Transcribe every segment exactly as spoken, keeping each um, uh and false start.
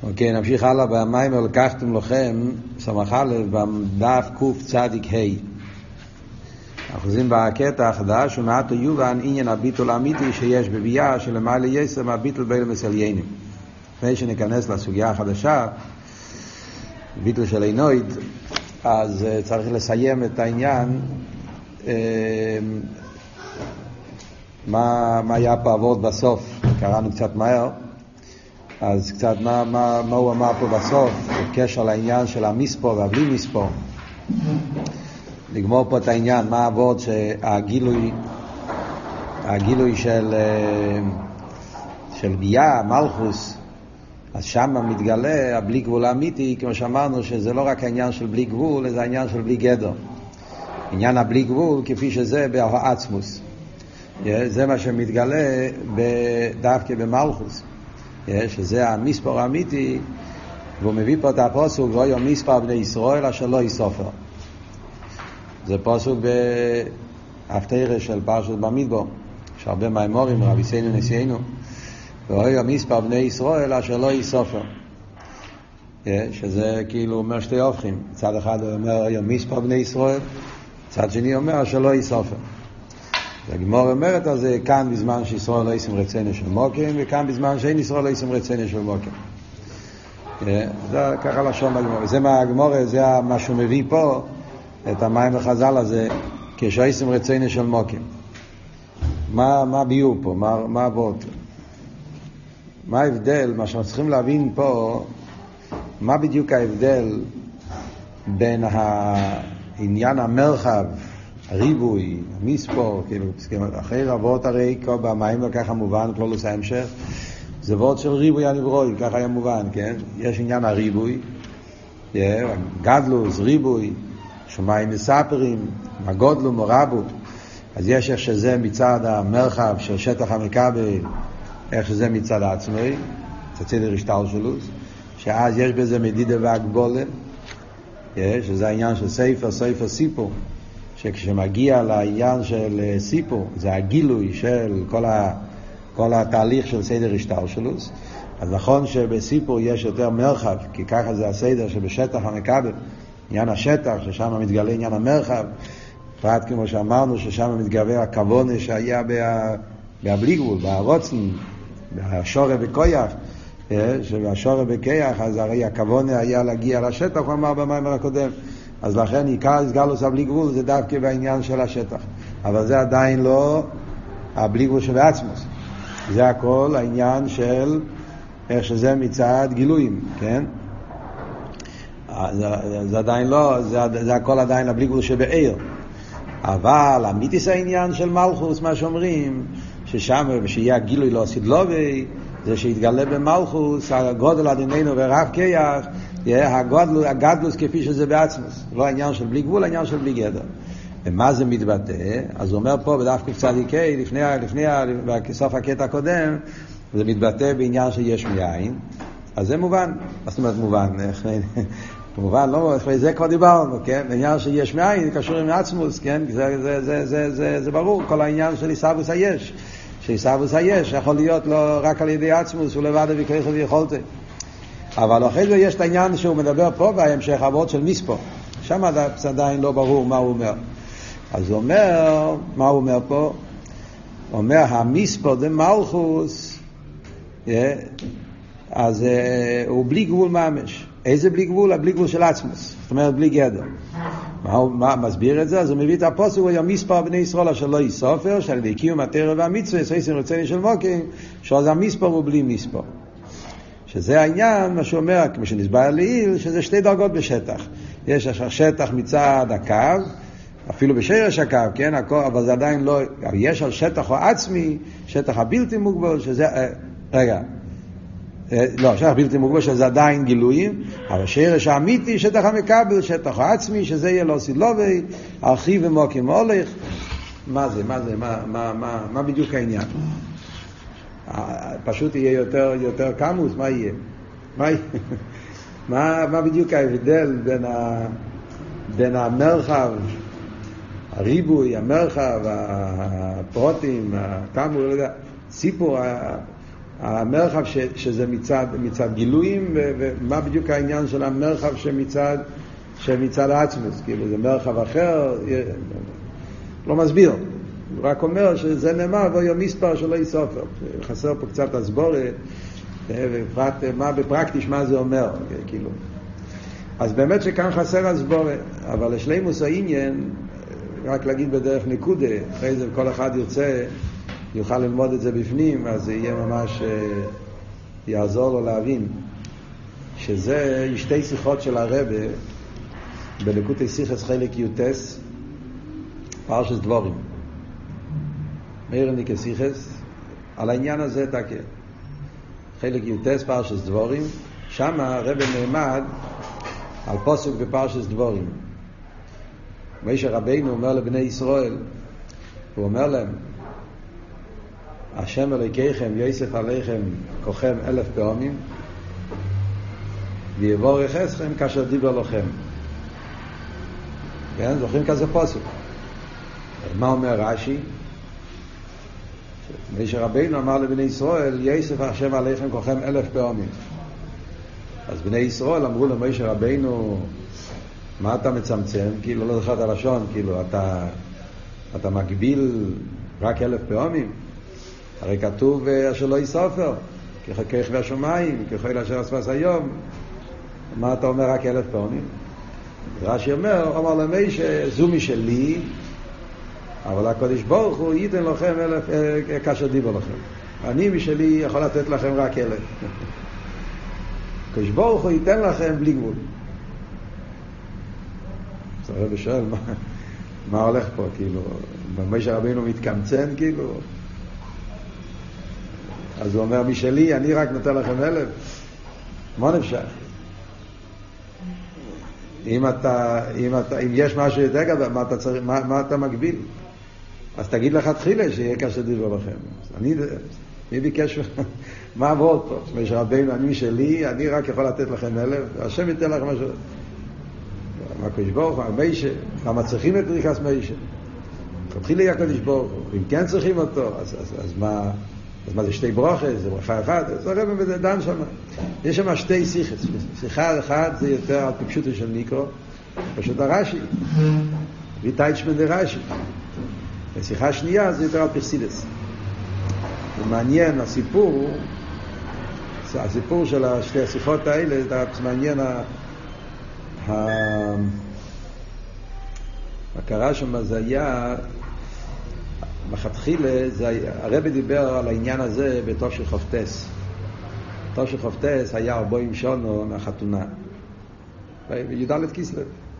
אוקיי, נמשיך הלאה במיימר לקחתם לכם, סמך א' בדף קוף צדיק ה'. אנחנו חוזרים בקטע החדש, ומעטו יובן עניין הביטול האמיתי שיש בביאה שלמעלה יסר מהביטול בין המסליינים. לפני שניכנס לסוגיה החדשה, ביטול של עינויד, אז צריך לסיים את העניין, מה, מה היה פה עבוד בסוף, קראנו קצת מהר. אז קצת מה, מה, מה הוא אמר פה בסוף, בקשר לעניין של המספור והבלי מספור. לגמור פה את העניין, מה העבוד שהגילוי, הגילוי של, של ביאה, מלכוס, אז שם מתגלה הבלי גבול האמיתי, כמו שאמרנו שזה לא רק העניין של בלי גבול, זה העניין של בלי גדר. עניין הבלי גבול כפי שזה בעצמוס. זה מה שמתגלה דווקא במלכוס. שזה המספר האמיתי, והוא מביא פה את הפסוק ואוי מספר בני ישראל אשר לא יסופר. זה פסוק בהפטרה של פרשת במדבר, יש הרבה מאמרים, רבי סיינו נשיאנו, ואוי מספר בני ישראל אשר לא יסופר, שזה כאילו אומר שתי הופכים, צד אחד אומר אוי מספר בני ישראל, צד שני אומר אשר לא יסופר. הגמור אומרת על זה כאן בזמן שישראל לא ישם רצנו של מוקים, וכאן בזמן שאין ישראל לא ישם רצנו של מוקים. זה ככה לשון בגמור. זה מה הגמור, זה מה שהוא מביא פה, את המים החז"ל הזה, כשישם רצנו של מוקים. מה, מה ביור פה? מה, מה עבוד? מה ההבדל? מה שאנחנו צריכים להבין פה, מה בדיוק ההבדל בין העניין המרחב, הריבוי, מספור, כאילו, אחרי רבות הרי כל במים וככה מובן, כלולוס ההמשך, זה וורט של ריבוי הנברוי, ככה היה מובן, כן? יש עניין הריבוי, גדלוס, ריבוי, שמיים מספרים, מגודלו, מורבו, אז יש איך שזה מצד המרחב של שטח המקבל, איך שזה מצד העצמי, צצד הרשתל שלוס, שאז יש בזה מדידה והגבולה, שזה העניין של ספר, ספר סיפור, שכשמגיע לעניין של סיפור, זה הגילוי של כל, ה, כל התהליך של סדר השתלשלות. אז נכון שבסיפור יש יותר מרחב, כי ככה זה הסדר שבשטח המקבל, עניין השטח, ששם מתגלה עניין המרחב, פרט כמו שאמרנו, ששם מתגלה הכוונה שהיה בה, בהבלי גבול, בערוצן, בשורה בקויח, שבשורה בקויח, אז הרי הכוונה היה להגיע לשטח, הוא אמר במאמר הקודם, אז לכן עיקר הסגלוס הבלי גבול זה דווקא בעניין של השטח, אבל זה עדיין לא הבלי גבול שבעצמוס, זה הכל העניין של איך שזה מצד גילויים, כן? זה, זה עדיין לא, זה, זה הכל עדיין הבלי גבול שבעיר, אבל אמיתיס העניין של מלכוס, מה שאומרים ששם ושיהיה הגילוי לא סדלובי, זה שיתגלה במלכוס הגודל עדינינו ורב כיח, הגודל, הגדלוס כפי שזה בעצמוס, לא העניין של בלי גבול, העניין של בלי גדר. ומה זה מתבטא? אז הוא אומר פה בדף קצ"ק, לפני, לפני, בסוף הקטע הקודם, זה מתבטא בעניין שיש מאין, אז זה מובן. מה זאת אומרת מובן? מובן, לא, זה כבר דיברנו, כן? בעניין שיש מאין, קשור עם עצמוס, כן? זה, זה, זה, זה, זה, זה ברור, כל העניין של איסאבוס היש. שאיסאבוס היש יכול להיות לא רק על ידי עצמוס, הוא לבד וכך ויכולתי. אבל אחרי זה יש את העניין שהוא מדבר פה בהמשך העבוד של מספור. שם עדיין לא ברור מה הוא אומר. אז הוא אומר, מה הוא אומר פה? הוא אומר, המספור זה מלכוס, אז הוא בלי גבול ממש. איזה בלי גבול? הבלי גבול של עצמוס. זאת אומרת, בלי גדר. מה הוא מה, מסביר את זה? אז הוא מביא את הפוסק, הוא היה מספר בני ישראל אשר לא יסופר, שעל ידי קיום התורה והמצווה, סייסים רצוני של מוקים, שאז המספר הוא בלי מספר. שזה העניין, מה שהוא אומר, כמו שנסבר לעיל, שזה שתי דרגות בשטח. יש השטח מצד הקו, אפילו בשרש הקו, כן, אבל זה עדיין לא, יש על שטח או עצמי, שטח הבלתי מוגבל, שזה, רגע, לא, שטח בלתי מוגבל, שזה עדיין גילויים, אבל שרש האמיתי, שטח המקבל, שטח העצמי, שזה יהיה לא סילובי, ארכיב ומוקים הולך. מה זה, מה זה, מה, מה, מה, מה בדיוק העניין? פשוט יהיה יותר, יותר קמוס, מה יהיה? מה, מה, מה בדיוק ההבדל בין, ה, בין המרחב, הריבוי, המרחב, הפרוטים, הקמוס, סיפור, המרחב ש, שזה מצד, מצד גילויים, ו, ומה בדיוק העניין של המרחב שמצד, שמצד העצמוס, כאילו זה מרחב אחר, לא מסביר, הוא רק אומר שזה נאמר ויהי מספר שלא יסופר. חסר פה קצת הסבורת, ובפרט מה בפרקטיש מה זה אומר, כאילו. אז באמת שכאן חסר הסבורת, אבל לשלימוס העניין, רק להגיד בדרך נקודה, אחרי זה כל אחד ירצה, יוכל ללמוד את זה בפנים, אז זה יהיה ממש, יעזור לו להבין, שזה שתי שיחות של הרבי, בליקוטי שיחס חלק יוטס, פרשס דבורים. מאירני כשיחס, על העניין הזה תקה. חלק יוטס פרשס דבורים, שם הרבי נעמד על פסוק בפרשס דבורים. משה רבינו אומר לבני ישראל, הוא אומר להם, השם אלוהיכם יוסף עליכם כוכם אלף פעמים, ויבורך אתכם כאשר דיבר לכם. כן, זוכרים כזה פסוק. מה אומר רש"י? משה רבינו אמר לבני ישראל, יוסף השם עליכם כוכם אלף פעמים. אז בני ישראל אמרו למשה רבינו, מה אתה מצמצם? כאילו לא זוכר את הלשון, כאילו אתה, אתה מגביל רק אלף פעמים. הרי כתוב אשר לא יסופר, ככך השמיים, ככל אשר אספס היום. מה אתה אומר רק אלף פעמים? רש"י אומר, אומר למשה, זו משלי, אבל הקדוש ברוך הוא ייתן לכם אלף, כאשר דיבר לכם. אני משלי יכול לתת לכם רק אלף. הקדוש ברוך הוא ייתן לכם בלי גבול. אז הרבי שואל, מה, מה הולך פה? כאילו, משה רבינו מתקמצן, כאילו. אז הוא אומר, משלי, אני רק נותן לכם אלף. מה נפשך? אם אתה, אם אתה, אם יש משהו יותר גדול, מה אתה צריך, מה, מה אתה מגביל? אז תגיד לך תחילה שיהיה כאשר דיבר לכם. אני, מי ביקש, מה עבוד פה? משה רבינו, אני משלי, אני רק יכול לתת לכם אלף, השם ייתן לכם משהו. מה קדוש ברוך הוא, משה, למה צריכים את ריחס משה? תתחיל לי הקדוש ברוך הוא, אם כן צריכים אותו, אז, אז, אז מה, אז מה זה שתי ברוכות, זה ברכה אחת, זה הרב דן שם. יש שם שתי שיחות, שיחה אחת זה יותר על פשוטו של ניקרו, פשוט הרש"י, ויטייצ'מן דרש"י. ושיחה שנייה זה יותר על פרסידס. זה מעניין, הסיפור, הסיפור של שתי השיחות האלה, זה מעניין, הקרה שם זה היה, מחתחילה, הרבי דיבר על העניין הזה בתוך של חופטס. בתוך של חופטס היה ארבעים שונו מהחתונה. בי"ד כיסלו.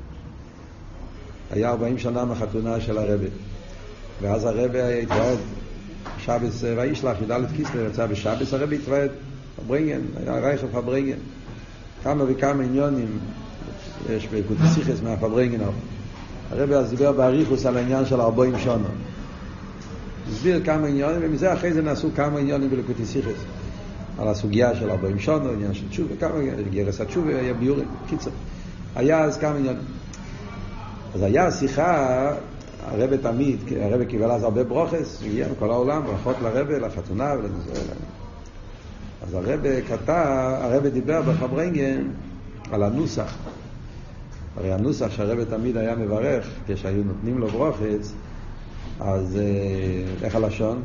היה ארבעים שנה מהחתונה של הרבי. ואז הרבי התוועד שבס וישלח, י"ד כיסלו יצא בשבס, הרבי התוועד פברינגן, היה רייכל פברינגן. כמה וכמה עניונים יש בקוטסיכס מהפברינגן. הרבי אז דיבר באריכוס על העניין של ארבעים שונו. הסביר כמה עניונים, ומזה אחרי זה נעשו כמה עניונים בלקוטסיכס. על הסוגיה של ארבעים שונו, עניין של תשובה, כמה גרס התשובה, היה ביורים, קיצר. היה אז כמה עניונים. אז היה שיחה, הרבי תמיד, הרבי קיבל אז הרבה ברוכס, הגיע מכל העולם, ברכות לרבי, לחתונה ולנזוהל. אז הרבי כתב, הרבי דיבר בחברנגן על הנוסח. הרי הנוסח שהרבי תמיד היה מברך, כשהיו נותנים לו ברוכס, אז איך הלשון?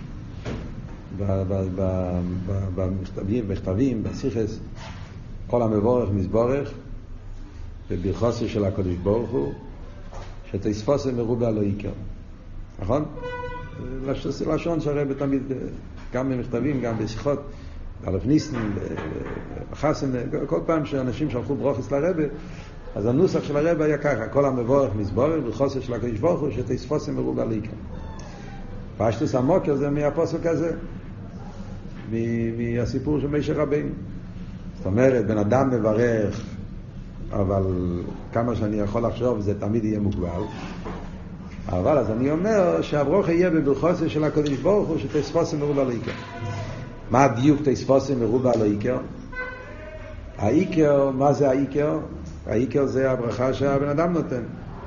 במכתבים, בכתבים, בשיחס, כל המבורך מזבורך, בברכוסו של הקדוש ברוך הוא, שתספוסם מרובה לא עיקר. נכון? לשון שהרבי תמיד, גם במכתבים, גם בשיחות, אלף ניסנים, בחסן, כל פעם שאנשים שלחו ברוכס לרבי, אז הנוסח של הרבי היה ככה, כל המבורך מזבורך, ברכוסו של הקדוש ברוך הוא, שתספוסם מרובה לא עיקר. פשטוס המוקר זה מהפסוק הזה, מהסיפור של משה רבינו. זאת אומרת, בן אדם מברך, אבל כמה שאני יכול לחשוב זה תמיד יהיה מוגבל. אבל אז אני אומר שהברוך יהיה בברכוסו של הקדוש ברוך הוא שתספוסם מרובה לא עיקר. מה הדיוק תספוסם מרובה לא עיקר? העיקר, מה זה העיקר? העיקר זה הברכה שהבן אדם נותן.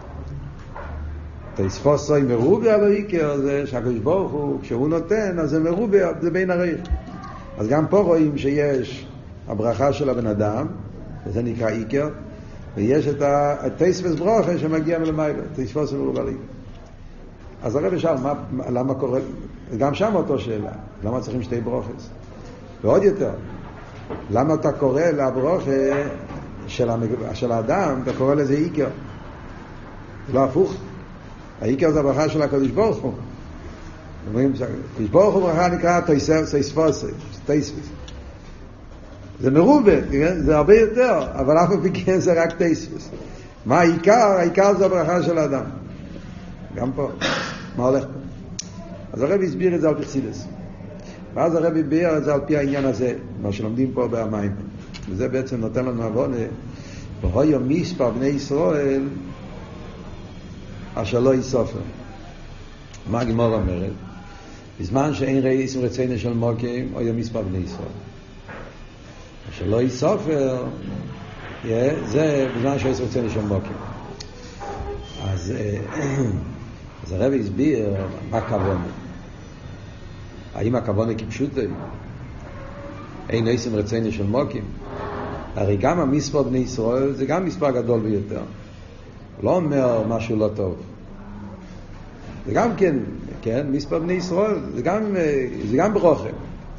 תספוסם מרובה לא עיקר זה שהקדוש ברוך הוא, כשהוא נותן, אז זה מרובה, זה בין הרייך. אז גם פה רואים שיש הברכה של הבן אדם, וזה נקרא עיקר, ויש את התספס ברוכה שמגיע מלמעלה, תספוס ומרובלים. אז הרב שאל, מה, למה קורה, גם שם אותו שאלה, למה צריכים שתי ברוכס? ועוד יותר, למה אתה קורא לברוכה של, המג... של האדם, אתה קורא לזה עיקר? לא הפוך. העיקר זה הברכה של הקדוש ברוך הוא. אומרים, הקדוש ברוך הוא ברכה נקרא תספוס, תספס. זה מרובה, זה הרבה יותר, אבל אף פעם זה רק תספס. מה העיקר? העיקר זה הברכה של האדם. גם פה. מה הולך פה? אז הרב הסביר את זה על פרסידס. ואז הרב הסביר את זה על פי העניין הזה, מה שלומדים פה במים. וזה בעצם נותן לנו עוונה, והיו מספר בני ישראל אשר לא יסופר. מה הגמרא אומרת? בזמן שאין רייסים רצינו של מוקים, היו מספר בני ישראל. אשר לא יסופר, זה בזמן שיש רצינו של מוקים. אז, אז הרב הסביר מה הכוונה. האם הכוונה כפשוטו? אין רייסים רצינו של מוקים. הרי גם המספר בני ישראל זה גם מספר גדול ביותר. לא אומר משהו לא טוב. זה גם כן, כן, מספר בני ישראל, זה גם, זה גם ברוכה.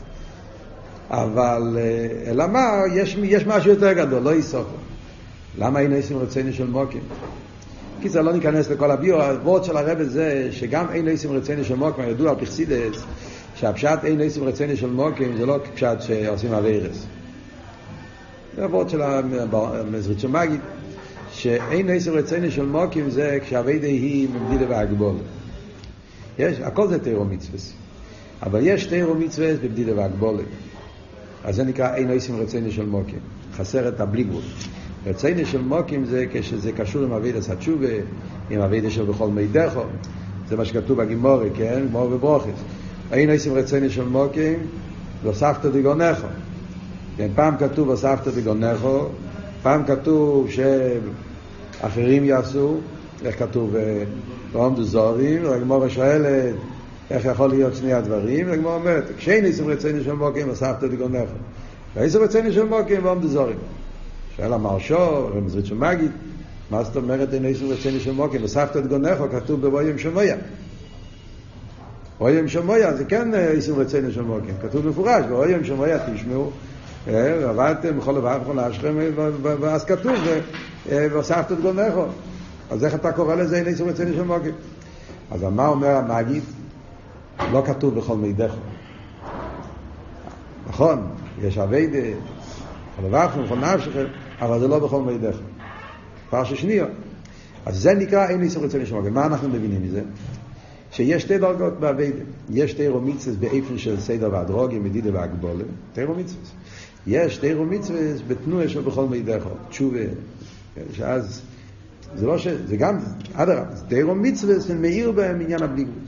אבל, אלא מה, יש, יש משהו יותר גדול, לא יסופר. למה אין עשים רצינו של מוקים? כי זה לא ניכנס לכל הביור, הוורד של הרב זה שגם אין עשים רצינו של מוקים, ידוע על פרסידס, שהפשט אין עשים רצינו של מוקים, זה לא פשט שעושים אביירס. זה הוורד של המזרית של מגיד, שאין עשר רצינו של מוקים זה כשהווידה היא מבדידה והגבול. יש, הכל זה תירו מצווס. אבל יש תירו מצווס בבדידה והגבול. אז זה נקרא אין עשר רצינו של מוקים. חסר את הבלי גבול. רצינו של מוקים זה כשזה קשור עם הווידה סתשובה, עם הווידה של בכל מידךו. זה מה שכתוב בגימורי, כן? גמור וברוכס. אין עשר רצינו של מוקים, והוספת דגונךו. כן, פעם כתוב והוספת דגונךו, פעם כתוב שאחרים יעשו, איך כתוב, ועומדו זורים, והגמרא שואלת איך יכול להיות שני הדברים, והגמרא אומרת, כשאין עשרים רצינו של מוקים, אספת דגונךו. ועשרים רצינו של מוקים, ועומדו זורים. שואל המרשו, רמזרית של מגיד, מה זאת אומרת אין עשרים רצינו של מוקים, אספת דגונךו, כתוב בבוים שמויה. בבוים שמויה, זה כן עשרים רצינו של מוקים, כתוב מפורש, בבוים שמויה תשמעו, עבדתם בכל לבב בכל אשכם, ואז כתוב והוספת את גונךו. אז איך אתה קורא לזה אין עשרים רצינו של מוקים? אז מה אומר המגיד? לא כתוב בכל מידךו. נכון, יש עבדה בכל לבב בכל נפשכם, אבל זה לא בכל מידךו. פרשה שנייה. אז זה נקרא אין עשרים רצינו של מוקים. מה אנחנו מבינים מזה? שיש שתי דרגות בעבדה. יש תירו מצווס באיפן של סדר והדרוגים, מדידה והגבולה. תירו מצווס. יש תירו מצווס בתנועה של בכל מידךו, תשובה, שאז זה לא ש... זה גם, אדרבה, תירו מצווס מאיר בהם עניין הבלי גבול.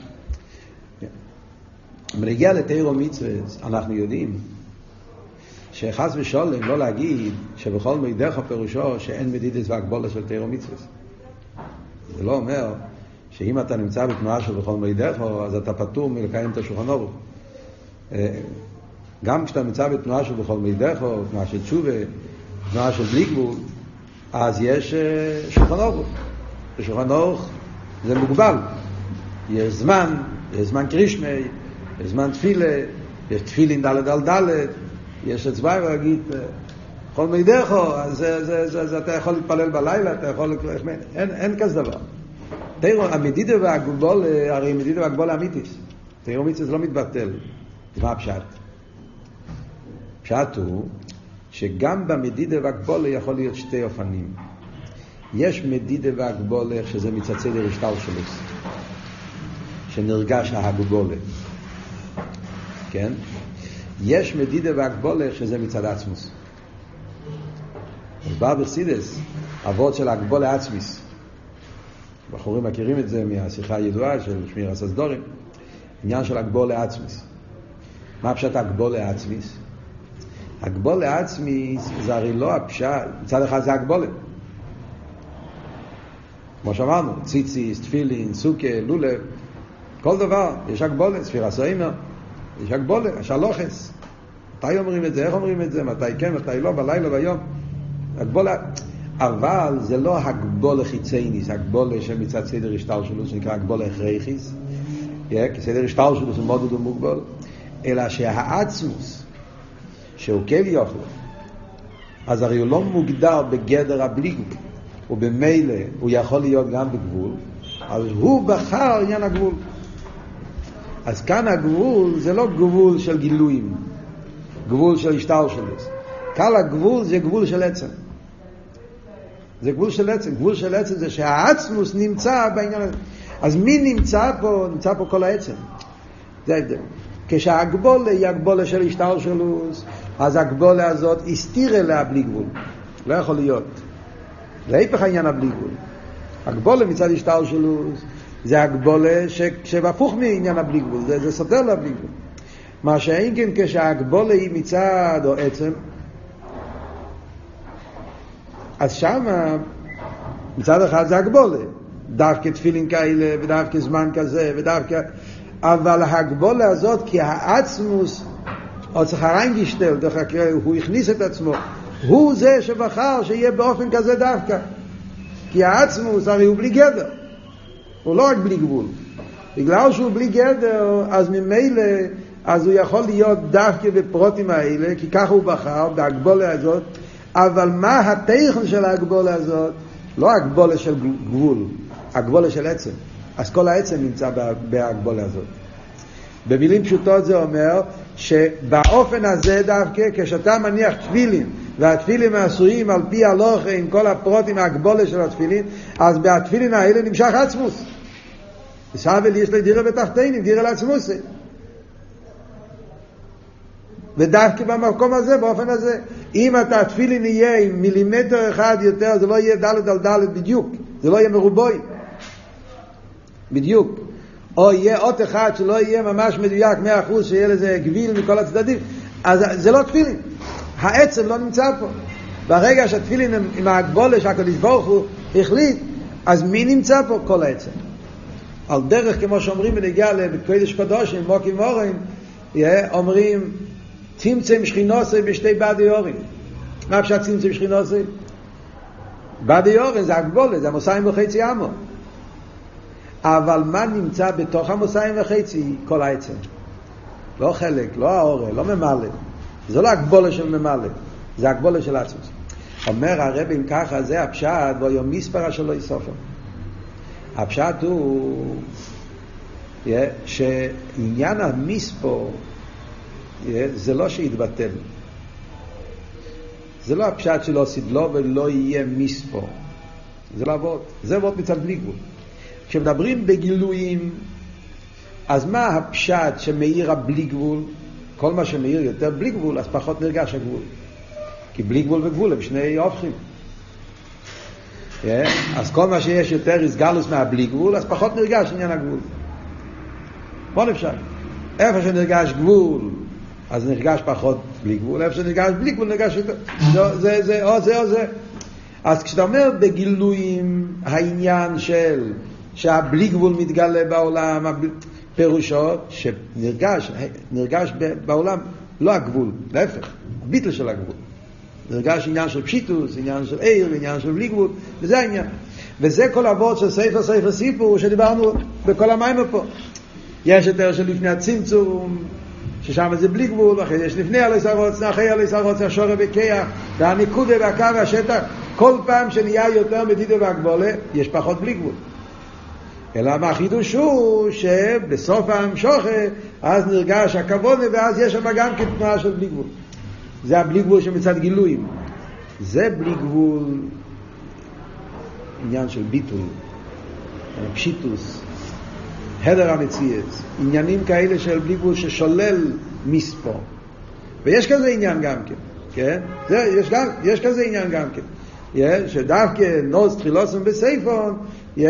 מנגיע לתירו מצווס, אנחנו יודעים שחס ושולם לא להגיד שבכל מידךו פירושו שאין מדידס והגבולה של תירו מצווס. זה לא אומר שאם אתה נמצא בתנועה של בכל מידךו, אז אתה פטור מלקיים את השולחן ארוך. גם כשאתה נמצא בתנועה של בכל מידךו, תנועה של תשובה, תנועה של בלי גבול, אז יש שולחן ארוך. בשולחן ארוך זה מוגבל. יש זמן, יש זמן קרישמי, יש זמן תפילה, יש תפילין דלת על דלת, יש הצבעה ולהגיד, בכל מידךו, אז זה, זה, זה, זה, אתה יכול להתפלל בלילה, אתה יכול... אין, אין כזה דבר. תראו, המדידה והגבול, הרי מדידה והגבול האמיתיס. תראו, מיצס לא מתבטל. מה הפשט? פשט הוא שגם במדידה והגבולה יכול להיות שתי אופנים. יש מדידה והגבולה שזה מצצה לרשתל שלו, שנרגש ההגבולה. כן? יש מדידה והגבולה שזה מצד עצמוס. אז בא בחסידס, אבות של הגבולה עצמיס. בחורים מכירים את זה מהשיחה הידועה של שמיר הססדורים. עניין של הגבולה עצמיס. מה פשט הגבולה עצמיס? הגבולה עצמיס זה הרי לא הפשט, מצד אחד זה הגבולה. כמו שאמרנו, ציציס, תפילין, סוכה, לולב, כל דבר, יש הגבולה, ספירה סוימר, יש הגבולה, יש הלוחס. מתי אומרים את זה, איך אומרים את זה, מתי כן, מתי לא, בלילה, ביום. הגבולה, אבל זה לא הגבולה חיצייניס, הגבולה שמצד סדר השטר שלו, שנקרא הגבולה הכרחיס, כי סדר השטר שלו זה מאוד מוגבל, אלא שהעצמוס, שהוא כן יוכל, אז הרי הוא לא מוגדר בגדר הבלי גבול, ובמילא הוא יכול להיות גם בגבול, אז הוא בחר עניין הגבול. אז כאן הגבול זה לא גבול של גילויים, גבול של השטר שלו. כאן הגבול זה גבול של עצם. זה גבול של עצם. גבול של עצם זה שהעצמוס נמצא בעניין הזה. אז מי נמצא פה? נמצא פה כל העצם. זה ההבדל. כשהגבולה היא הגבולה של השטר שלו, אז הגבולה הזאת הסתיר אליה בלי גבול. לא יכול להיות. זה היפך העניין הבלי גבול. הגבולה מצד השטר שלו זה הגבולה שבהפוך מעניין הבלי גבול. זה, זה סותר לה בלי גבול. מה שאין כן כשהגבולה היא מצד או עצם, אז שם מצד אחד זה הגבולה. דווקא תפילין כאלה ודווקא זמן כזה ודווקא... אבל הגבולה הזאת, כי העצמוס, או צריך הרנגישטל, הוא הכניס את עצמו, הוא זה שבחר שיהיה באופן כזה דווקא. כי העצמוס הרי הוא בלי גדר. הוא לא רק בלי גבול. בגלל שהוא בלי גדר, אז ממילא, אז הוא יכול להיות דווקא בפרוטים האלה, כי ככה הוא בחר, בהגבולה הזאת. אבל מה התכן של ההגבולה הזאת? לא הגבולה של גבול, הגבולה של עצם. אז כל העצם נמצא בהגבולה הזאת. במילים פשוטות זה אומר שבאופן הזה דווקא כשאתה מניח תפילין, והתפילין עשויים על פי הלוכה עם כל הפרוטים ההגבולה של התפילין, אז בתפילין האלה נמשך עצמוס. סבל יש לי דירה בתחתינים, דירה לעצמוס. ודווקא במקום הזה, באופן הזה, אם אתה תפילין יהיה עם מילימטר אחד יותר, זה לא יהיה דלת על דלת בדיוק, זה לא יהיה מרובוי בדיוק, או יהיה עוד אחד שלא יהיה ממש מדויק מאה אחוז, שיהיה לזה גביל מכל הצדדים, אז זה לא תפילין, העצם לא נמצא פה. ברגע שהתפילין עם ההגבולה שהקדוש ברוך הוא החליט, אז מי נמצא פה? כל העצם. על דרך כמו שאומרים בנגיעה לקודש קדושים, מוקים מורים, אומרים צמצם שכינוסי בשתי בדי אורים. מה פשט צמצם שכינוסי? בדי אורים זה הגבולה, זה המוסיים וחצי עמו. אבל מה נמצא בתוך המוסיים וחצי? כל העצם. לא חלק, לא האורה, לא ממלא. זה לא הגבולה של ממלא, זה הגבולה של עצמוס. אומר הרב אם ככה, זה הפשט, והיום מספרה שלו יסופר. הפשט הוא שעניין המספור זה לא שיתבטל. זה לא הפשט שלו סדלו ולא יהיה מספור. זה לא עבוד. זה עבוד מצד בלי גבול. כשמדברים בגילויים, אז מה הפשט שמאיר הבלי גבול? כל מה שמאיר יותר בלי גבול, אז פחות נרגש הגבול. כי בלי גבול וגבול הם שני הופכים. אז כל מה שיש יותר הסגלוס מהבלי גבול, אז פחות נרגש עניין הגבול. בוא נפשט. איפה שנרגש גבול, אז נרגש פחות בלי גבול. איפה שנרגש בלי גבול, נרגש יותר. זה, זה, זה, או זה, או זה. אז כשאתה אומר בגילויים, העניין של שהבלי גבול מתגלה בעולם, פירושו שנרגש, נרגש בעולם לא הגבול, להפך, הביטל של הגבול. נרגש עניין של פשיטוס, עניין של עיר, עניין של בלי גבול, וזה העניין. וזה כל עבוד של ספר ספר סיפור שדיברנו בכל המים פה. יש יותר של לפני הצמצום, ששם זה בלי גבול, ואחרי יש לפני עלי סרוץ, אחרי עלי סרוץ, השורה בקיח, והניקודה והקו והשטח, כל פעם שנהיה יותר מדידה והגבולה, יש פחות בלי גבול. אלא מה החידוש הוא שבסוף ההמשוכה אז נרגש הכוונה ואז יש שם גם כתנועה של בלי גבול. זה הבלי גבול שמצד גילויים. זה בלי גבול עניין של ביטול, פשיטוס, הדר המציאות, עניינים כאלה של בלי גבול ששולל מספור. ויש כזה עניין גם כן, כן? זה, יש, גם, יש כזה עניין גם כן. Yeah, שדווקא נוז תחילוסם בסייפון, yeah,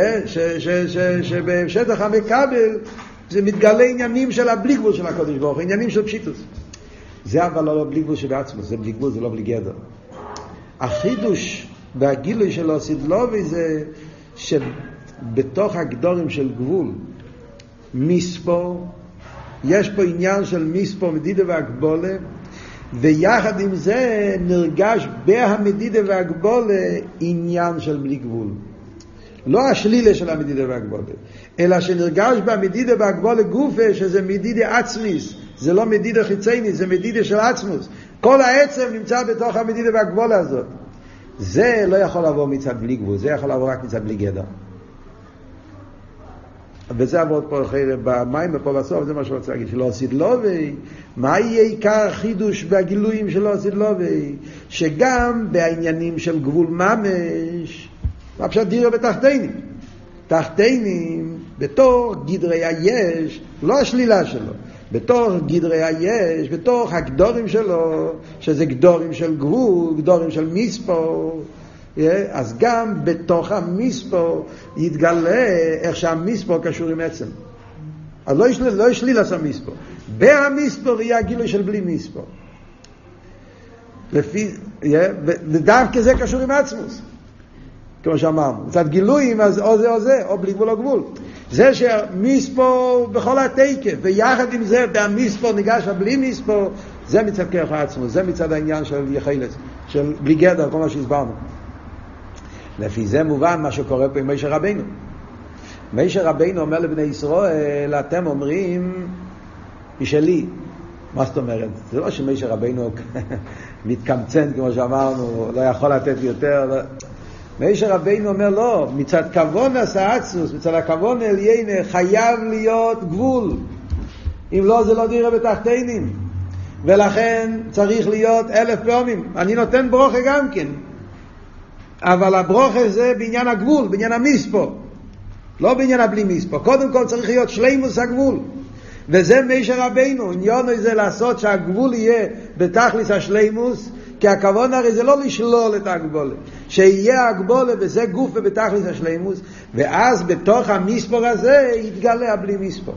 שבשטח המקבל זה מתגלה עניינים של הבלי גבול של הקודש ברוך, עניינים של פשיטוס. זה אבל לא בלי גבול שבעצמו, זה בלי גבול, זה לא בלי גדר. החידוש והגילוי שלו סדלובי זה שבתוך הגדורים של גבול מספור, יש פה עניין של מספור מדידה והגבולה, ויחד עם זה נרגש בהמדידה והגבולה עניין של בלי גבול. לא השלילה של המדידה והגבולה, אלא שנרגש במדידה והגבולה גופה, שזה מדידה עצמיס, זה לא מדידה חיצייני, זה מדידה של עצמוס. כל העצם נמצא בתוך המדידה והגבולה הזאת. זה לא יכול לעבור מצד בלי גבול, זה יכול לעבור רק מצד בלי גדר. וזה עבוד פה אחרי במים ופה בסוף, זה מה שהוא רוצה להגיד, שלא עשית לובי. מה יהיה עיקר חידוש בגילויים שלא עשית לובי? שגם בעניינים של גבול ממש, מה פשוט דירה בתחתינים? תחתינים, בתור גדרי היש, לא השלילה שלו, בתור גדרי היש, בתור הגדורים שלו, שזה גדורים של גבול, גדורים של מספור, אז גם בתוך המספור יתגלה איך שהמספור קשור עם עצם. אז לא ישליל, לא ישליל עשה מספור. בהמספור יהיה הגילוי של בלי מספור. לפי, ודווקא זה קשור עם עצמוס. כמו שאמרנו, מצד גילויים, אז או זה או זה, או בלי גבול או גבול. זה שמספור בכל התקף, ויחד עם זה, בהמספור ניגש בלי מספור, זה מצד כרך העצמוס, זה מצד העניין של יחילס, של בלי גדר, כל מה שהסברנו. לפי זה מובן מה שקורה פה עם משה רבינו. משה רבינו אומר לבני ישראל, אתם אומרים, משלי. מה זאת אומרת? זה לא שמשה רבינו מתקמצן, כמו שאמרנו, לא יכול לתת יותר. משה רבינו אומר, לא, מצד כוון הסעצוס, מצד הכוון אליינה, חייב להיות גבול. אם לא, זה לא דירה בתחתינים. ולכן צריך להיות אלף פעמים. אני נותן ברוכה גם כן. אבל הברוכה זה בעניין הגבול, בעניין המספור. לא בעניין הבלי מספור. קודם כל צריך להיות שלימוס הגבול. וזה משה רבינו. עניין זה לעשות שהגבול יהיה בתכליס השלימוס, כי הכוון הרי זה לא לשלול את הגבול. שיהיה הגבול וזה גוף בתכליס השלימוס, ואז בתוך המספור הזה יתגלה הבלי מספור.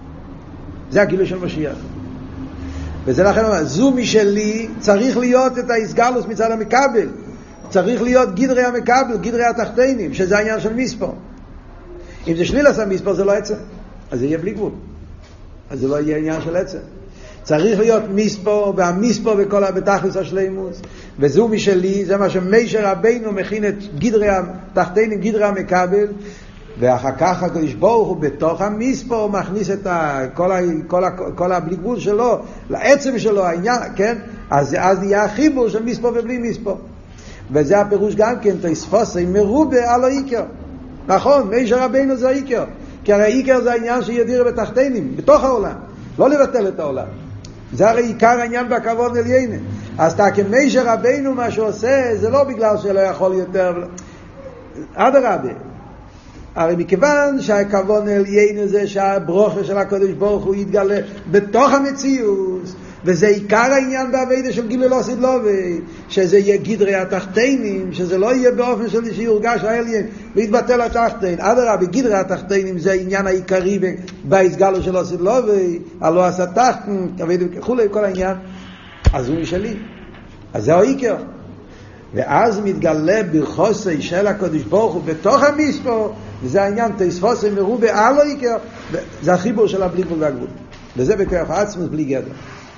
זה הגילוי של משיח. וזה לכן אומר, זו משלי צריך להיות את ההסגלוס מצד המקבל. צריך להיות גדרי המקבל, גדרי התחתינים, שזה העניין של מספור. אם זה שליל עשה מספור, זה לא עצם. אז זה יהיה בלי גבול. אז זה לא יהיה עניין של עצם. צריך להיות מספור, והמספור בכל בתכלס השלימוס. וזו משלי, זה מה שמשה רבינו מכין את גדרי התחתינים, גדרי המקבל, ואחר כך הקדוש ברוך הוא בתוך המספור מכניס את ה, כל, ה, כל, ה, כל הבלי גבול שלו, לעצם שלו, העניין, כן? אז, אז יהיה החיבור של מספור ובלי מספור. וזה הפירוש גם כן, תספוסי מרובה על העיקר. נכון, משה רבינו זה העיקר. כי הרי העיקר זה העניין שידיר בתחתינים, בתוך העולם. לא לבטל את העולם. זה הרי עיקר העניין בכבוד עליינה. אז אתה כמשה רבינו מה שעושה, זה לא בגלל שלא יכול יותר. אדרבה. הרי מכיוון שהכבוד עליינה זה שהברוכה של הקדוש ברוך הוא יתגלה בתוך המציאות, וזה עיקר העניין בעבודה של גילוי לא עשית לובי, שזה יהיה גדרי התחתינים, שזה לא יהיה באופן של שיורגש העליין ויתבטל התחתין. אדרבה, בגדרי התחתינים זה העניין העיקרי בהסגלו של עשית לובי, הלא עשה תחתין, וכולי, כל העניין. אז הוא משלי. אז זה העיקר. ואז מתגלה בחוסי של הקדוש ברוך הוא בתוך המספור, וזה העניין תספוסי מרובה על העיקר, זה החיבור של הבלי גבול והגבול. וזה בכוח העצמוס בלי גדר.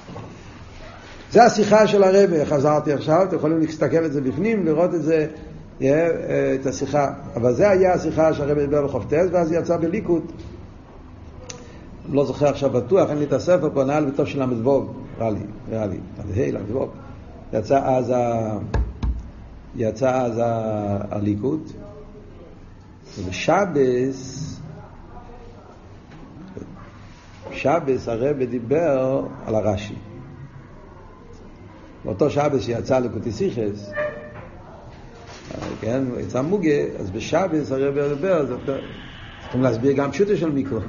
זה השיחה של הרבי, חזרתי עכשיו, אתם יכולים להסתכל את זה בפנים, לראות את זה, את השיחה. אבל זה היה השיחה שהרבי דיבר בחופטס, ואז יצא בליקות. לא זוכר עכשיו בטוח, אין לי את הספר פה, נעל בתוך של המדבוב, ראה לי, ראה לי, היי, למדבוב. יצא אז ה... יצא אז הליקות, ובשבס, שבס הרבי דיבר על הרש"י. באותו שבס שיצא לקוטי סיכס, כן, יצא מוגה, אז בשבס הרבי דיבר, אז צריכים להסביר גם פשוטו של מיקרו.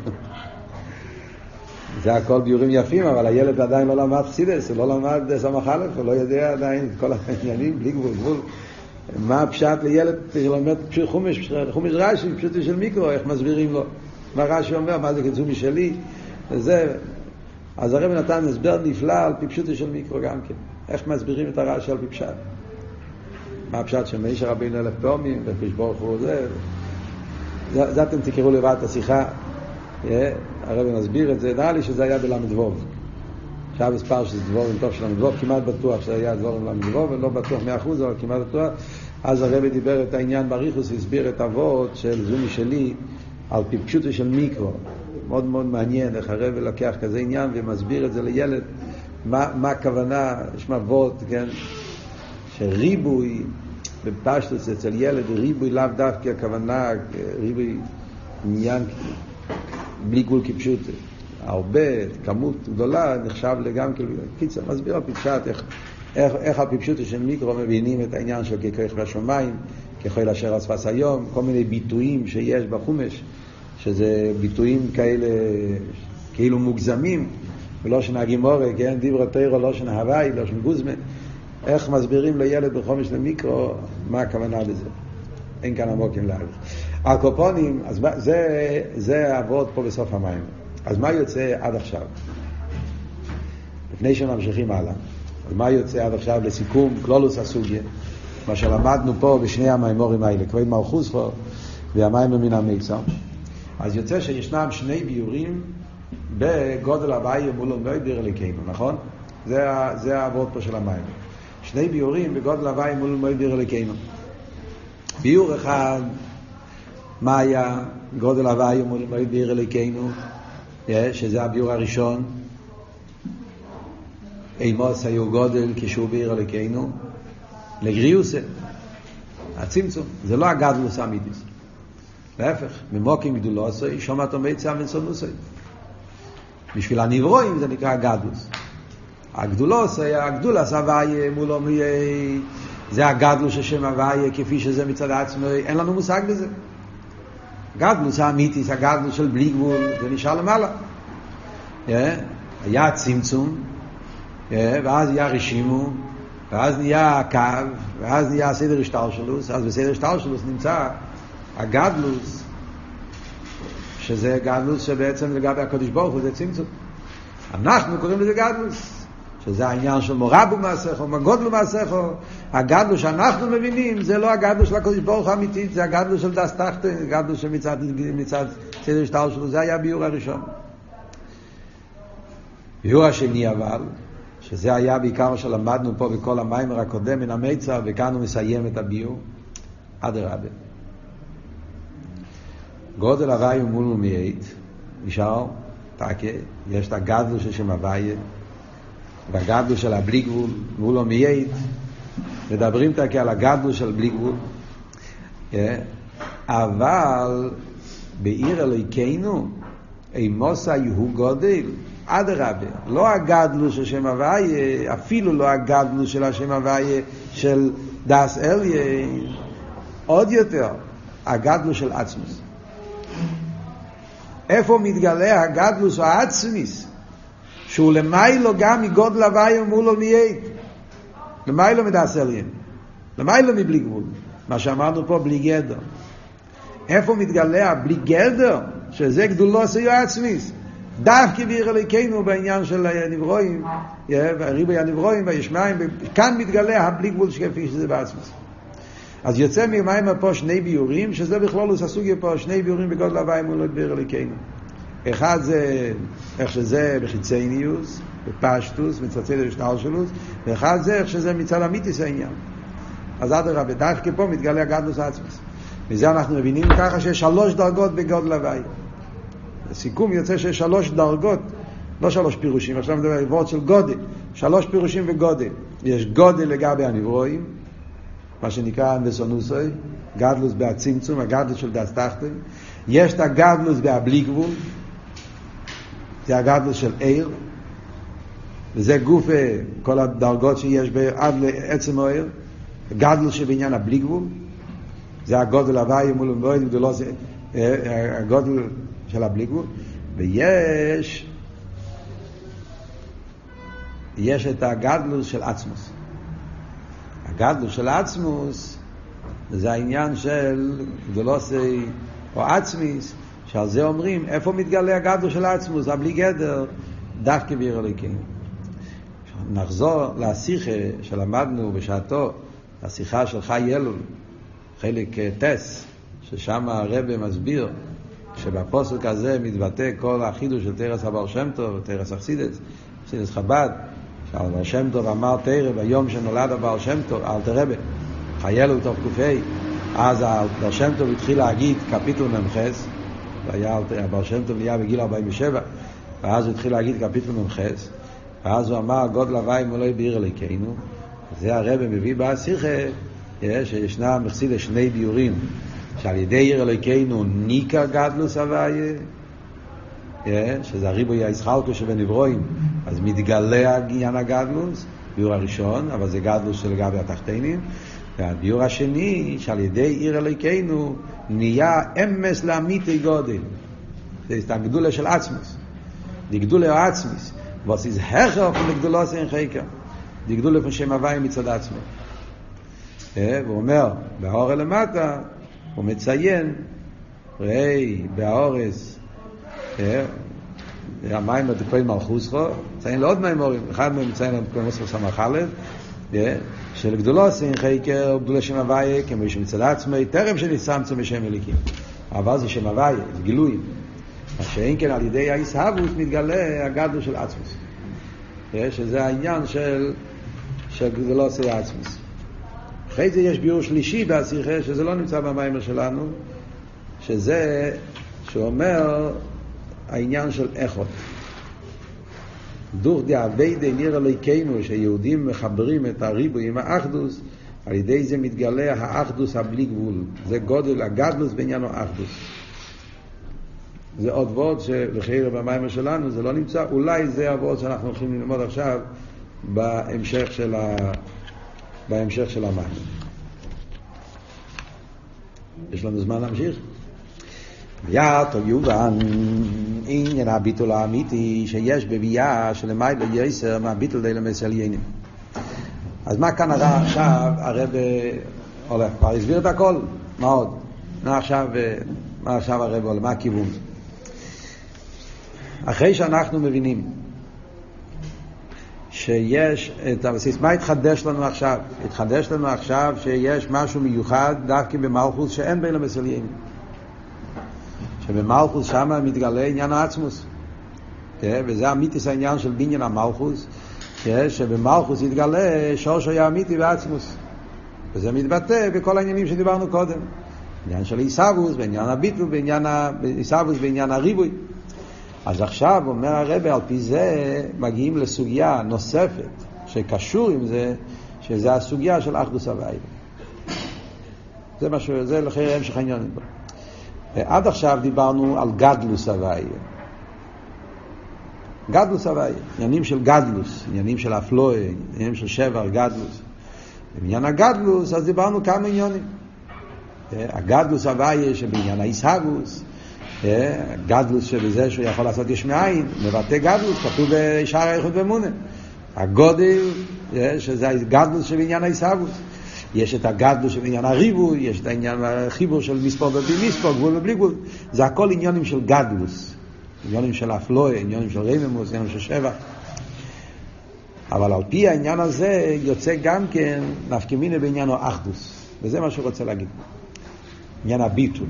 זה הכל ביורים יפים, אבל הילד עדיין לא למד חסידס, הוא לא למד סמך א', הוא לא יודע עדיין את כל העניינים, בלי גבול, גבול. מה הפשט לילד שלומד חומש, חומש רש"י, פשוטו של מיקרו, איך מסבירים לו? מה רש"י אומר, מה זה כתוב משלי? וזה, אז הרבי נתן הסבר נפלא על פי פשוטו של מיקרו גם כן. איך מסבירים את הרש"י על פי פשט? מה הפשט שמשה רבינו אלף פעמים, וקדוש ברוך הוא זה, זה, זה אתם תקראו לבד את השיחה, הרבי מסביר את זה, נראה לי שזה היה בלמד ווב, עכשיו מספר שזה דבורים טוב שלנו דבור, כמעט בטוח שזה היה דבורים לנו דבור, ולא בטוח מאה אחוז, אבל כמעט בטוח. אז הרב דיבר את העניין בריחוס, הסביר את אבות של זומי שלי, על פי פשוטו של מיקרו. מאוד מאוד מעניין איך הרב לקח כזה עניין ומסביר את זה לילד, מה, מה הכוונה, יש מבואות, כן, שריבוי, בפשטוס אצל ילד, ריבוי לאו דווקא הכוונה, ריבוי עניין בלי גבול כפשוט, הרבה, כמות גדולה, נחשב לגם כאילו, קיצר, מסביר על פשט, איך, איך, איך על פשט של מיקרו מבינים את העניין של ככוח בשמיים, ככל אשר אספס היום, כל מיני ביטויים שיש בחומש, שזה ביטויים כאלה, כאילו מוגזמים, ולא שנהגים אורי, כן, דיבר תירו, לא שנהווי, לא שנגוזמן, איך מסבירים לילד בחומש למיקרו, מה הכוונה לזה? אין כאן עמוקים להעריך. הקופונים, אז זה, זה עבוד פה בסוף המים. אז מה יוצא עד עכשיו? לפני שממשיכים הלאה, אז מה יוצא עד עכשיו לסיכום כלולוס הסוגיה, מה שלמדנו פה בשני המיימורים האלה, כבוד מלכוס פה, והמים מן המיצר. אז יוצא שישנם שני ביורים בגודל הוואי מול המוידר אלוקינו, נכון? זה, זה העבוד פה של המים. שני ביורים בגודל הוואי מול המוידר אלוקינו. ביור אחד, מה היה גודל הוואי מול המוידר אלוקינו, שזה הביור הראשון. אימוס היו גודל כשהוא ביר אלוקינו, לגריוסה, הצמצום. זה לא הגדלוס האמיתיס. להפך, ממוקים גדולוסי, שומעת ומיצה ונסונוסי. בשביל הנברואים זה נקרא גדלוס. הגדולוסי, הגדולס הוויה מול אומיי, זה הגדלוס השם הוויה כפי שזה מצד עצמו, אין לנו מושג בזה. גדלוס האמיתיס, הגדלוס של בלי גבול, זה נשאר למעלה. היה צמצום, ואז נהיה רשימו, ואז נהיה קו, ואז נהיה סדר השטלשלוס, אז בסדר השטלשלוס נמצא הגדלוס, שזה גדלוס שבעצם לגבי הקדוש ברוך הוא זה צמצום. אנחנו קוראים לזה גדלוס, שזה העניין של מורבו מעשיכו, מגודלו מעשיכו. הגדלוס שאנחנו מבינים זה לא הגדלוס של הקדוש ברוך הוא האמיתית, זה הגדלוס של דס תחתון, הגדלוס שמצד מצד סדר השטלשלוס. זה היה ביור הראשון. ביור השני אבל, שזה היה בעיקר שלמדנו פה בכל המיימר הקודם מן המיצר, וכאן הוא מסיים את הביור. אדרבה. גודל הוואי מול ומייט, נשאר, תקה, יש את הגדלוס של שם הוואי, והגדלוס של הבלי גבול, מול ומייט, מדברים תקה על הגדלוס של בלי גבול, אבל בעיר אלוהינו, אימוסה יהוא גודל, אדרבה, לא הגדלוס של שם הוואי, אפילו לא הגדלוס של השם הוואי של דאס אליה, עוד יותר, הגדלוס של עצמוס. איפה מתגלה הגדלוס או העצמיס, שהוא למיילו גם מגודל הוואי ומולו מייד, למיילו מדאס אליה, למיילו מבלי גבול, מה שאמרנו פה בלי גדר. איפה מתגלה בלי גדר, שזה גדולוס או עצמיס, דווקא בעיר אלוהינו בעניין של הנברואים, ריבוי הנברואים והישמעים, כאן מתגלה הבלי גבול שכפי שזה בעצמוס. אז יוצא ממים פה שני ביורים, שזה בכלול הסוגיה פה, שני ביורים בגודל הוואי מול בעיר אלוהינו. אחד זה איך שזה בחיצייניוס, בפשטוס, מצד סדר השטלשלוס, ואחד זה איך שזה מצד אמיתיס העניין. אז אדרבה, דווקא פה מתגלה הגדלוס העצמוס. מזה אנחנו מבינים ככה שיש שלוש דרגות בגודל הוואי. הסיכום יוצא שיש שלוש דרגות, לא שלוש פירושים, עכשיו מדבר על עבוד של גודל, שלוש פירושים בגודל. יש גודל לגבי הנברואים, מה שנקרא אנבסונוסוי, גדלוס בהצמצום, הגדלוס של דס תחתון. יש את הגדלוס בהבלי גבול, זה הגדלוס של עיר, וזה גוף כל הדרגות שיש עד לעצם העיר, גדלוס שבעניין הבלי גבול, זה הגודל הוואי מול המועד גדולו, זה הגודל של הבלי גבול. ויש יש את הגדלוס של עצמוס. הגדלוס של עצמוס זה העניין של גדולוסי או עצמיס, שעל זה אומרים איפה מתגלה הגדלוס של עצמוס, הבלי גדר, דווקא בעיר אלוהינו. נחזור לשיחה שלמדנו בשעתו, השיחה של חי אלול, חלק טס, ששם הרב מסביר שבפוסק הזה מתבטא כל החידוש של תרס הבעל שם טוב ותרס החסידס, חסידות חב"ד, שהבעל שם טוב אמר תרא ביום שנולד הבעל שם טוב, אל תרבה, חיילו תוך קופי, אז הבעל שם טוב התחיל להגיד קפיטול ממחס, הבעל שם טוב נהיה בגיל ארבעים ושבע, ואז הוא התחיל להגיד קפיטול ממחס, ואז הוא אמר גודל הוואי מולוי בעיר אלוהינו. זה הרב מביא בשיחה שישנה מחסיד שני ביורים, שעל ידי עיר אלוהינו ניקר גדלוס הוואי, שזה הריבוי הישחלקו שבנברואים, אז מתגלה עניין הגדלוס, ביור הראשון, אבל זה גדלוס של גבי התחתינים, והביור השני, שעל ידי עיר אלוהינו נהיה אמס לאמיתי גודל, זה הגדולה של עצמוס, זה גדולה עצמיס, was is herger von der Gdolose in Chayka. Die Gdole von Shem Havai מצד עצמו. והוא אומר, באור למטה, הוא מציין, ראי, באורס, המים בתקוי מלכוסכו, מציין לעוד מימורים, אחד מהם מציין לתקוי מלכוסכו סמך א', של גדולose in Chayka, גדולה Shem Havai, כמו שמצד עצמו, תרם שניסמצו משם אליקים. אבל זה Shem Havai, זה גילויים. שאין כן על ידי ההסהבות מתגלה הגדלוס של עצמוס, שזה העניין של של גדולת עצמוס. אחרי זה יש ביור שלישי בשיחה שזה לא נמצא במיימר שלנו, שזה שאומר העניין של איכות דוך דעבי דניר אלוהינו, שיהודים מחברים את הריבוי עם האחדוס, על ידי זה מתגלה האחדוס הבלי גבול, זה גודל הגדלוס בעניין האחדוס. זה עוד ווד שלחייר במיימר שלנו זה לא נמצא, אולי זה הווד שאנחנו הולכים ללמוד עכשיו בהמשך של ה... בהמשך של המיימר. יש לנו זמן להמשיך? ביאת או יובן עניין הביטול האמיתי שיש בביאה שלמי ליסר מהביטול די למסליינים. אז מה כאן הרע עכשיו? הרב הולך, כבר הסביר את הכל, מה עוד? מה עכשיו, מה עכשיו הרב הולך, מה הכיוון? אחרי שאנחנו מבינים שיש את הבסיס, מה התחדש לנו עכשיו? התחדש לנו עכשיו שיש משהו מיוחד דווקא במלכות שאין בין למסליינים, שבמלכות שם מתגלה עניין העצמוס, וזה אמיתיס העניין של בניין המלכות, שבמלכות יתגלה שורשו האמיתי בעצמוס, וזה מתבטא בכל העניינים שדיברנו קודם, עניין של איסאבוס, בעניין הביטול, בעניין איסאבוס, בעניין הריבוי. אז עכשיו אומר הרב, על פי זה מגיעים לסוגיה נוספת שקשור עם זה, שזה הסוגיה של אחדוס הוואי. זה משהו, זה לחייר המשך העניין. עד עכשיו דיברנו על גדלוס הוואי. גדלוס הוואי, עניינים של גדלוס, עניינים של אפלוי, עניינים של שבר, גדלוס. בעניין הגדלוס, אז דיברנו כמה עניינים. הגדלוס הוואי שבעניין האיסהבוס, גדלוס שבזה שהוא יכול לעשות יש מאין, מבטא גדלוס, כתוב בשער האיחוד ואמונה. הגודל, שזה גדלוס שבעניין האיסהבוס. יש את הגדלוס שבעניין הריבוי, יש את העניין החיבור של מספור ובלי מספור, גבול ובלי גבול. זה הכל עניינים של גדלוס. עניינים של אפלוי, עניינים של רממוס, עניינים של שבח. אבל על פי העניין הזה יוצא גם כן נפקמינה בעניין האחדוס. וזה מה שהוא רוצה להגיד. עניין הביטול.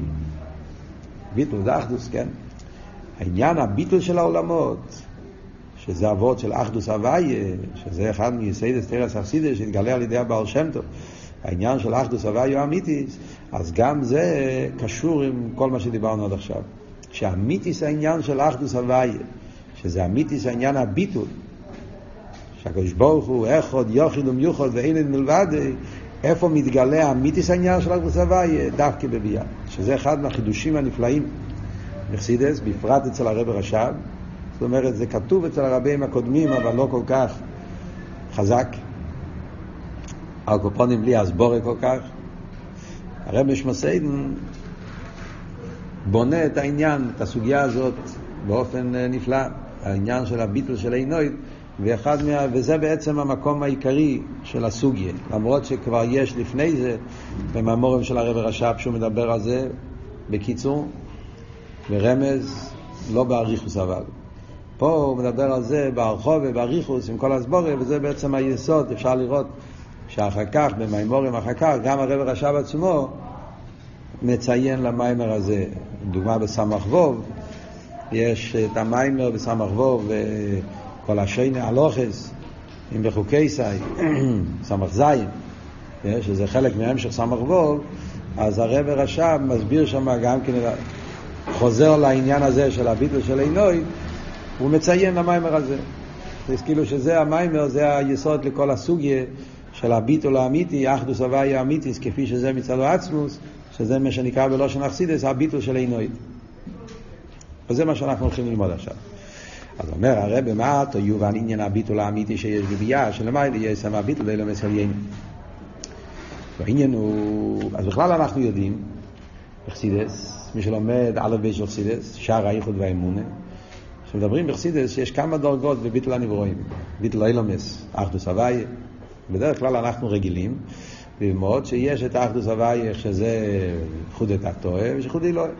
ביטול זה אחדוס, כן? העניין הביטול של העולמות, שזה אבות של אחדוס הוויה, שזה אחד מיסיידס תרס החסידס שהתגלה על ידי הבעל שם טוב, העניין של אחדוס הוויה האמיתיס, אז גם זה קשור עם כל מה שדיברנו עד עכשיו. שהאמיתיס העניין של אחדוס הוויה, שזה אמיתיס העניין הביטול, שהקדוש ברוך הוא אחד יחיד ומיוחד ואין מלבד, איפה מתגלה האמיתיס העניין של אחדוס הוויה? דווקא בביאה, שזה אחד מהחידושים הנפלאים בחסידס, בפרט אצל הרב רש"ב. זאת אומרת, זה כתוב אצל הרבים הקודמים, אבל לא כל כך חזק, על קופונים בלי הסבורה כל כך. הרב משמעסיידן בונה את העניין, את הסוגיה הזאת באופן נפלא, העניין של הביטול של עינוי, ואחד מה, וזה בעצם המקום העיקרי של הסוגיה, למרות שכבר יש לפני זה במאמרים של הרב רש"ב שהוא מדבר על זה בקיצור ורמז, לא באריכוס, אבל פה הוא מדבר על זה בהרחוב ובאריכוס עם כל הסבורה, וזה בעצם היסוד. אפשר לראות שאחר כך במאמרים אחר כך גם הרב רש"ב עצמו מציין למאמר הזה. דוגמה בסמ"ך ווב, יש את המאמר בסמ"ך ווב, כל השיינה הלוחס, אם בחוקי סי, סמך זין, שזה חלק מהמשך סמך ווב, אז הרב רש"ב מסביר שם גם כן, חוזר לעניין הזה של הביטול של עינוי, הוא מציין למיימר הזה. זה כאילו שזה המיימר, זה היסוד לכל הסוגיה של הביטול האמיתי, אחדוס הוויה האמיתיס, כפי שזה מצד העצמוס, שזה מה שנקרא בלושן אכסידס, הביטול של עינוי. וזה מה שאנחנו הולכים ללמוד עכשיו. אז אומר הרב, מה תיובן עניין הביטול האמיתי שיש בביאה, שלמעלה יש שם הביטול ואילו מסליינו. והעניין הוא, אז בכלל אנחנו יודעים, בחסידס, מי שלומד א' ב' של חסידס, שער הייחוד והאמונה, כשמדברים בחסידס שיש כמה דרגות בביטול הנברואים, ביטול אילומס, אחדוס הוויה. בדרך כלל אנחנו רגילים ללמוד שיש את האחדוס הוויה, שזה חוד את התועה ושחוד אלוהי.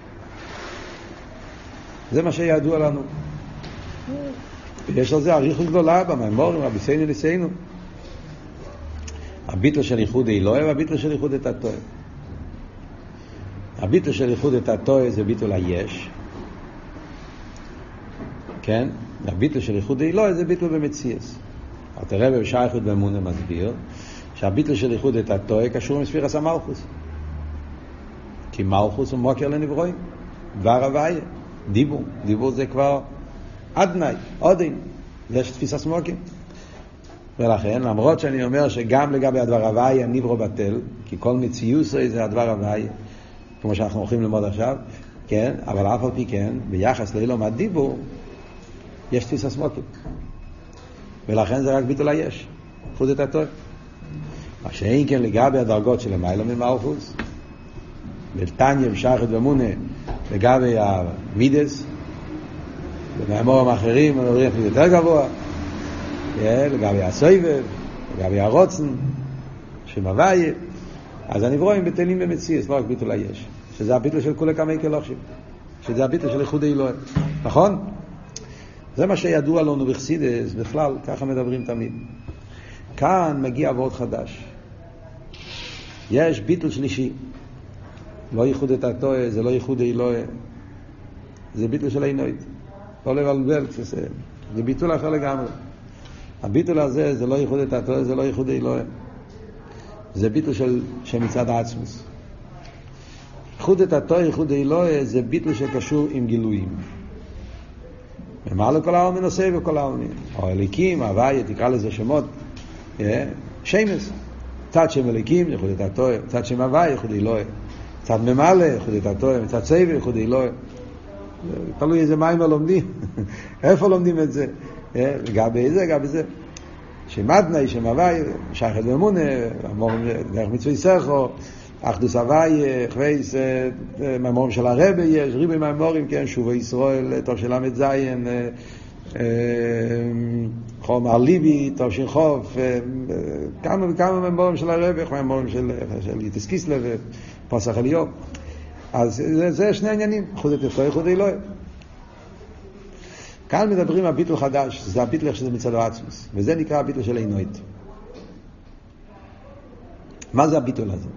זה מה שידוע לנו. יש על זה אריכות גדולה במאמרים, רבי סיינו ניסיינו. הביטול של ייחוד אלוהי והביטול של ייחוד את התועה. הביטול של ייחוד את התועה זה ביטול היש. כן? הביטול של ייחוד אלוהי זה ביטול במציאס. תראה בשער ייחוד באמונה מסביר שהביטול של ייחוד את התועה קשור עם ספירס המלכוס. כי מלכוס הוא מוקר לנברואים. דבר הוויה. דיבור. דיבור זה כבר עדנאי, עודין. יש תפיסה סמוקים. ולכן, למרות שאני אומר שגם לגבי הדבר הוויה נברו בטל, כי כל מציאוס זה הדבר הוויה, כמו שאנחנו הולכים ללמוד עכשיו, כן, אבל אף על פי כן, ביחס לאילום הדיבור, יש תפיסה סמוקים. ולכן זה רק ביטול היש, חוד את התועה. מה שאין כן לגבי הדרגות של המילה ממלכוס, בלתניה ושייכות ומונה, לגבי המידס, ובמאמרים האחרים, מדברים אפילו יותר גבוה, לגבי הסויבב, לגבי הרוצן, שמוויה, אז הנברואים בטלים במציאס, לא רק ביטול היש, שזה הביטול של כולי כמי כלושים, שזה הביטול של ייחוד אלוהי. נכון? זה מה שידוע לנו בחסידס, בכלל, ככה מדברים תמיד. כאן מגיע עבוד חדש. יש ביטול שלישי. לא ייחוד את התועה, זה לא ייחוד אלוהי. זה ביטול של עינוית. לא לבלבל, זה ביטול אחר לגמרי. הביטול הזה, זה לא ייחוד את התועה, זה לא ייחוד אלוהי. זה ביטול של שמצד העצמוס. ייחוד את התועה, ייחוד אלוהי, זה ביטול שקשור עם גילויים. ומה לכל העולם מנושא וכל העולם או אליקים, הוויה, תקרא לזה שמות שמס, צד שם אליקים ייחוד את התועה, צד שם הוויה ייחוד אלוהי, צד ממלא ייחוד את התועה, צד סבב ייחוד אלוהי. תלוי איזה מים לומדים, איפה לומדים את זה, גם בזה, גם בזה שמדנאי, שם הוויה, שייכת ואמונה, דרך מצווי סכו, אחדוס הוויה, חוויס, מאמורים של הרבה יש, ריבי מאמורים, כן, שובו ישראל, טוב של עמד זיין, חומר ליבי, טוב של חוף, כמה וכמה מאמורים של הרבה, מאמורים של יתס קיסלב, פסח אליוב. אז זה שני עניינים, חוד את התועה, חוד אלוהי. כאן מדברים על ביטול חדש, זה הביטול איך שזה מצד העצמוס, וזה נקרא הביטול של עינוית. מה זה הביטול הזה?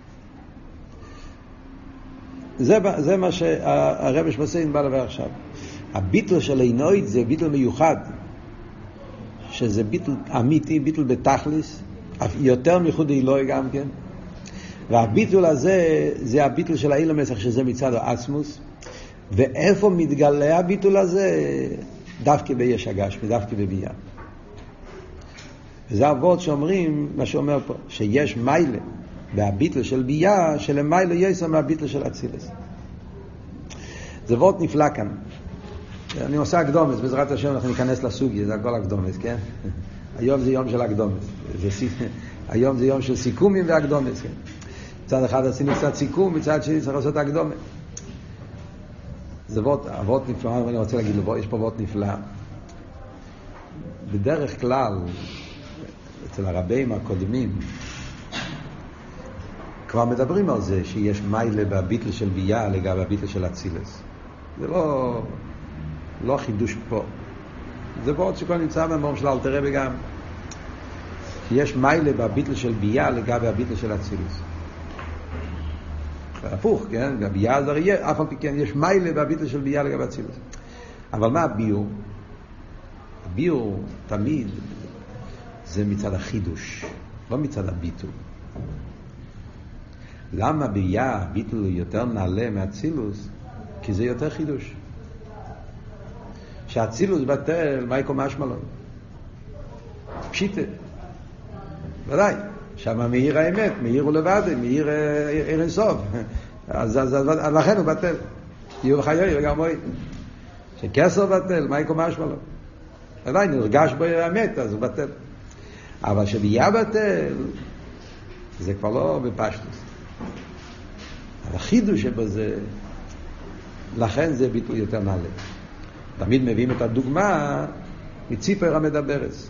זה, זה מה שהרב שמסיין בא לדבר עכשיו. הביטול של עינוית זה ביטול מיוחד, שזה ביטול אמיתי, ביטול בתכליס, יותר מחוד אלוהי גם כן. והביטול הזה זה הביטול של האילום מסך, שזה מצד העצמוס. ואיפה מתגלה הביטול הזה? דווקא ביש הגשמי, דווקא בביאה. וזה אבות שאומרים, מה שאומר פה, שיש מיילה והביטל של ביאה, שלמיילה יש מהביטל של אצילס. זה וורט נפלא כאן. אני עושה הקדומס, בעזרת השם אנחנו ניכנס לסוגיה, זה הכל הקדומס, כן? היום זה יום של הקדומס. היום זה יום של סיכומים והקדומס, כן? מצד אחד עשינו קצת סיכום, מצד שני צריך לעשות הקדומס. זה וורט, וורט נפלא, אני רוצה להגיד לו, יש פה וורט נפלא. בדרך כלל, אצל הרבים הקודמים, כבר מדברים על זה שיש מיילה בביטל של ביאה לגבי הביטל של אצילס. זה לא, לא חידוש פה. זה וורט שכל נמצא במאמר של אלתר רבי גם. שיש מיילה בביטל של ביאה לגבי הביטל של אצילס. הפוך, כן? בביאה זה יהיה, אף על פי כן יש מיילה בביטל של ביאה לגבי אצילס. אבל מה הביור? הביור תמיד זה מצד החידוש, לא מצד הביטול. למה ביה הביטול יותר נעלה מהצילוס? כי זה יותר חידוש. שהצילוס בטל, מה יקום משמלון? פשיטה. ודאי. שם מאיר האמת, מאיר הוא לבד, מאיר עיר אינסוף. אז, אז, אז, אז לכן הוא בטל. יהיו בחיי וגם מועד. שכסר בטל, מה יקום משמלון? ודאי, נרגש בו עיר האמת, אז הוא בטל. אבל שביה בטל, זה כבר לא בפשטוס. החידוש שבזה, לכן זה ביטול יותר נעלה. תמיד מביאים את הדוגמה מציפר המדברס.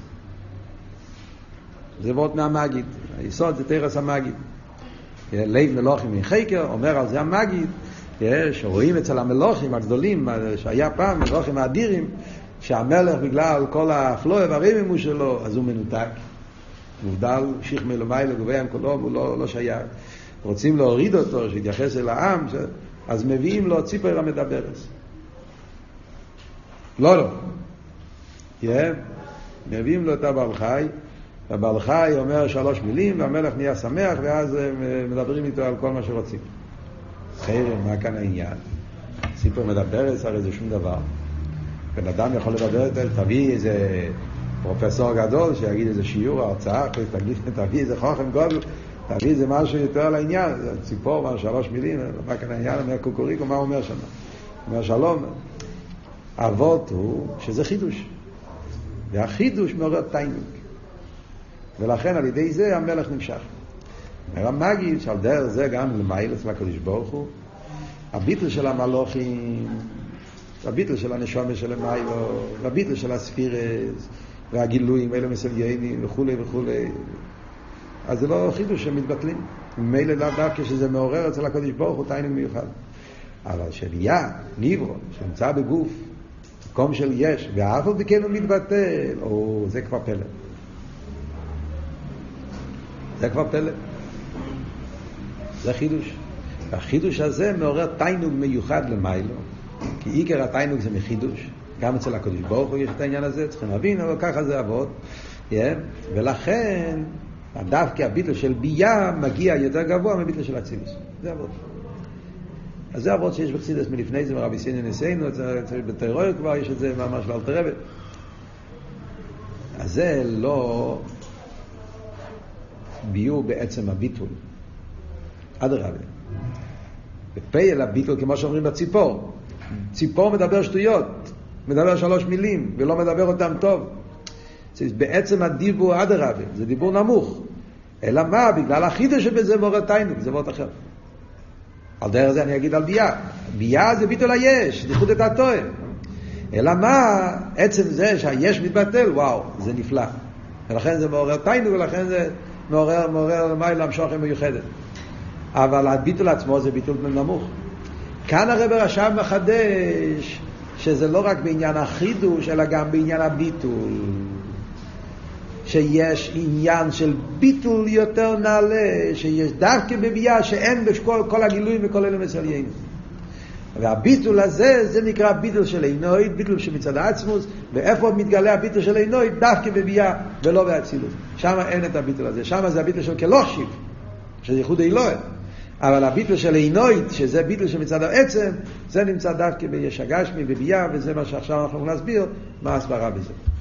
זה וורט מהמגיד. היסוד זה תרס המגיד. לב מלוכים מחקר, אומר על זה המגיד, שרואים אצל המלוכים הגדולים, שהיה פעם מלוכים האדירים, שהמלך בגלל כל הפלואה והרימימו שלו, אז הוא מנותק. מובדל, שיח מלומי לגובי עם כולו, הוא לא, לא שייך. רוצים להוריד אותו, שיתייחס אל העם, ש... אז מביאים לו ציפר המדברס. לא, לא. Yeah. מביאים לו את הבעל חי, הבעל חי אומר שלוש מילים, והמלך נהיה שמח, ואז מדברים איתו על כל מה שרוצים. חיירם, מה כאן העניין? ציפר מדברס, הרי זה שום דבר. בן אדם יכול לדבר איתו, תביא איזה פרופסור גדול, שיגיד איזה שיעור, הרצאה, תגיד, תביא איזה חוכם גודל, תביא איזה משהו יותר לעניין, ציפור, מה, שלוש מילים, מה כאן העניין, אומר קוקוריקו, מה הוא אומר שם? הוא אומר שלום. אבות הוא שזה חידוש. והחידוש מעורר תענוג. ולכן על ידי זה המלך נמשך. אומר המגיד שעל דרך זה גם למעלה אצל הקדוש ברוך הוא, הביטל של המלוכים, הביטל של הנשמה של המיילו, הביטל של הספירס, והגילויים, אלה מסליינים וכו' וכו'. אז זה לא חידוש שמתבטלים. ממילא לאו דווקא שזה מעורר אצל הקדוש ברוך הוא תענוג מיוחד. אבל שנהיה, ניברו, שנמצא בגוף, מקום של יש, ואף על פי הוא מתבטל, או זה כבר פלא. זה כבר פלא. זה חידוש. והחידוש הזה מעורר תענוג מיוחד למיילו, כי עיקר התענוג זה מחידוש. גם אצל הקדוש ברוך הוא יש את העניין הזה, צריכים להבין, אבל ככה זה עבוד. Yeah. ולכן, דווקא הביטל של ביה מגיע יותר גבוה מהביטל של אצילוס. זה עבוד. אז זה עבוד שיש בחסידות מלפני זה, מרבי סינן ניסינו, בתיאוריה כבר יש את זה ממש לא אלתר רבי. אז זה לא ביור בעצם הביטול. אדרבה. בפייל הביטול, כמו שאומרים בציפור. ציפור מדבר שטויות, מדבר שלוש מילים, ולא מדבר אותם טוב. בעצם הדיבור אדרבה, זה דיבור נמוך. אלא מה? בגלל החידוש שבזה מעורר תענוג, זה מאוד אחר. על דרך זה אני אגיד על ביה. ביה זה ביטול היש, ייחוד את התואר. אלא מה? עצם זה שהיש מתבטל, וואו, זה נפלא. ולכן זה מעורר תענוג, ולכן זה מעורר, מעורר למעלה למשוך מיוחדת. אבל הביטול עצמו זה ביטול נמוך. כאן הרב רש"ב מחדש שזה לא רק בעניין החידוש, אלא גם בעניין הביטול. שיש עניין של ביטול יותר נעלה, שיש דווקא בבייה שאין בכל כל הגילויים וכל אלה מסליינים. והביטול הזה, זה נקרא ביטול של עינוית, ביטול שמצד העצמוס, ואיפה מתגלה הביטול של עינוית? דווקא בבייה ולא באצילות. שם אין את הביטול הזה, שם זה הביטול של כלושיב, שזה ייחוד אלוהי. אבל הביטול של עינוית, שזה ביטול שמצד העצם, זה נמצא דווקא ביש הגשמי, בבייה, וזה מה שעכשיו אנחנו נסביר, מה הסברה בזה.